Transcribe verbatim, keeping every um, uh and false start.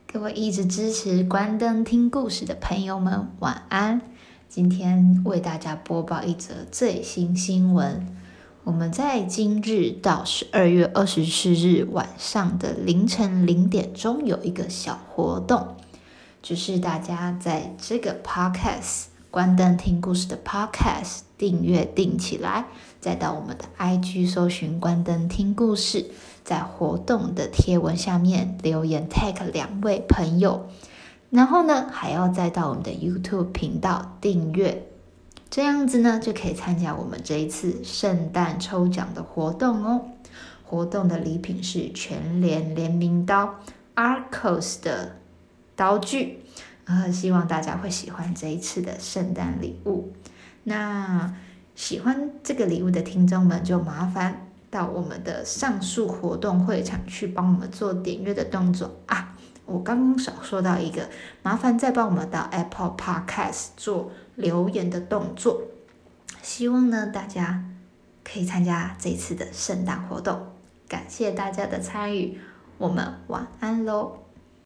各位一直支持关灯听故事的朋友们，晚安。今天为大家播报一则最新新闻。我们在今日到十二月二十四日晚上的凌晨零点钟有一个小活动，就是大家在这个 podcast 关灯听故事的 podcast 订阅订起来，再到我们的 I G 搜寻关灯听故事，在活动的贴文下面留言 tag 两位朋友，然后呢还要再到我们的 YouTube 频道订阅，这样子呢就可以参加我们这一次圣诞抽奖的活动哦。活动的礼品是全联联名刀 Arcos 的刀具，呃，希望大家会喜欢这一次的圣诞礼物。那喜欢这个礼物的听众们就麻烦到我们的上述活动会场去帮我们做点阅的动作啊！我刚刚少说到一个，麻烦再帮我们到 Apple Podcast 做留言的动作。希望呢大家可以参加这次的圣诞活动，感谢大家的参与，我们晚安喽。